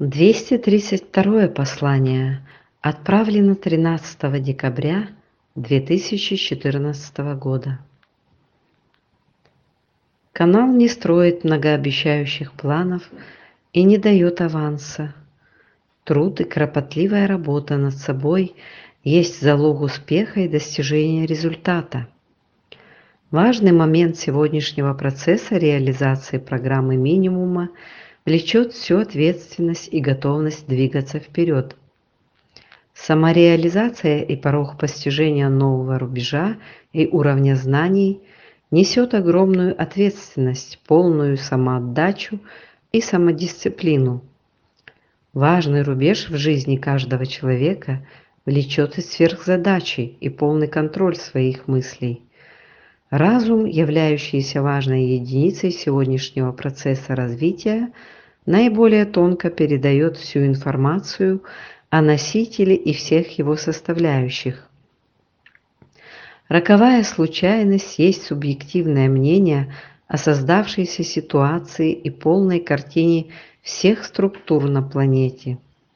232 послание отправлено 13 декабря 2014 года. Канал не строит многообещающих планов и не дает аванса. Труд и кропотливая работа над собой есть залог успеха и достижения результата. Важный момент сегодняшнего процесса реализации программы минимума влечет всю ответственность и готовность двигаться вперед. Самореализация и порог постижения нового рубежа и уровня знаний несет огромную ответственность, полную самоотдачу и самодисциплину. Важный рубеж в жизни каждого человека влечет и сверхзадачи и полный контроль своих мыслей. Разум, являющийся важной единицей сегодняшнего процесса развития, наиболее тонко передает всю информацию о носителе и всех его составляющих. Роковая случайность есть субъективное мнение о создавшейся ситуации и полной картине всех структур на планете.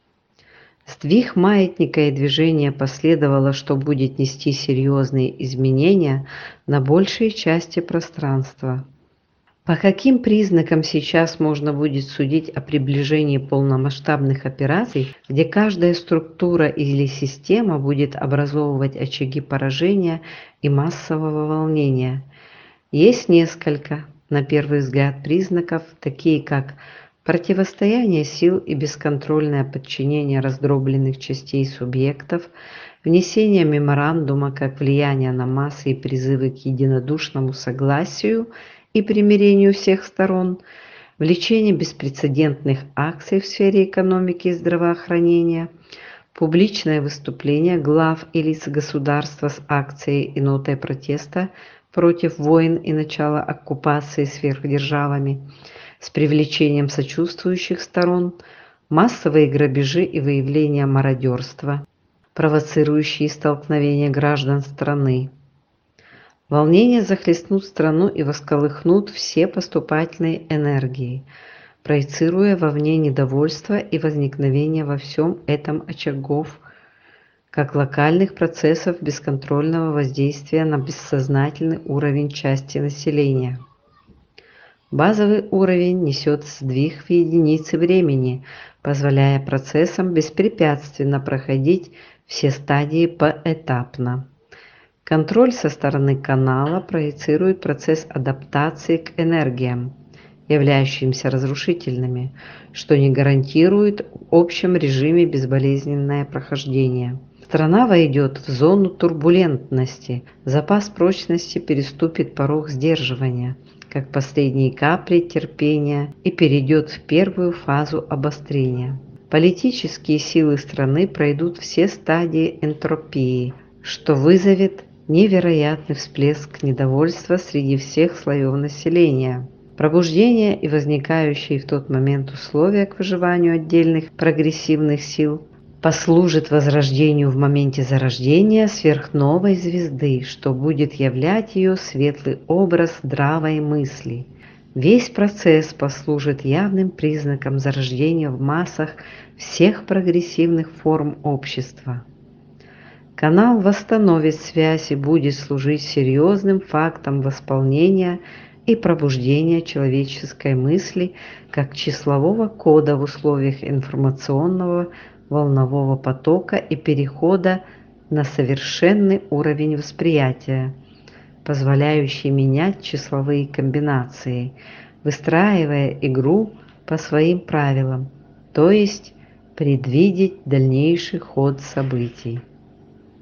Сдвиг маятника и движение последовало, что будет нести серьезные изменения на большей части пространства. По каким признакам сейчас можно будет судить о приближении полномасштабных операций, где каждая структура или система будет образовывать очаги поражения и массового волнения? Есть несколько, на первый взгляд, признаков, такие как противостояние сил и бесконтрольное подчинение раздробленных частей субъектов, внесение меморандума как влияние на массы и призывы к единодушному согласию и примирению всех сторон, влечение беспрецедентных акций в сфере экономики и здравоохранения, публичное выступление глав и лиц государства с акцией и нотой протеста против войн и начала оккупации сверхдержавами, с привлечением сочувствующих сторон, массовые грабежи и выявление мародерства, провоцирующие столкновения граждан страны. Волнения захлестнут страну и всколыхнут все поступательные энергии, проецируя вовне недовольство и возникновение во всем этом очагов, как локальных процессов бесконтрольного воздействия на бессознательный уровень части населения. Базовый уровень несет сдвиг в единицы времени, позволяя процессам беспрепятственно проходить все стадии поэтапно. Контроль со стороны канала проецирует процесс адаптации к энергиям, являющимся разрушительными, что не гарантирует в общем режиме безболезненное прохождение. Страна войдет в зону турбулентности, запас прочности переступит порог сдерживания, как последние капли терпения, и перейдет в первую фазу обострения. Политические силы страны пройдут все стадии энтропии, что вызовет невероятный всплеск недовольства среди всех слоев населения. Пробуждение и возникающие в тот момент условия к выживанию отдельных прогрессивных сил послужит возрождению в моменте зарождения сверхновой звезды, что будет являть ее светлый образ здравой мысли. Весь процесс послужит явным признаком зарождения в массах всех прогрессивных форм общества. Канал восстановит связь и будет служить серьезным фактом восполнения и пробуждения человеческой мысли как числового кода в условиях информационного волнового потока и перехода на совершенный уровень восприятия, позволяющий менять числовые комбинации, выстраивая игру по своим правилам, то есть предвидеть дальнейший ход событий.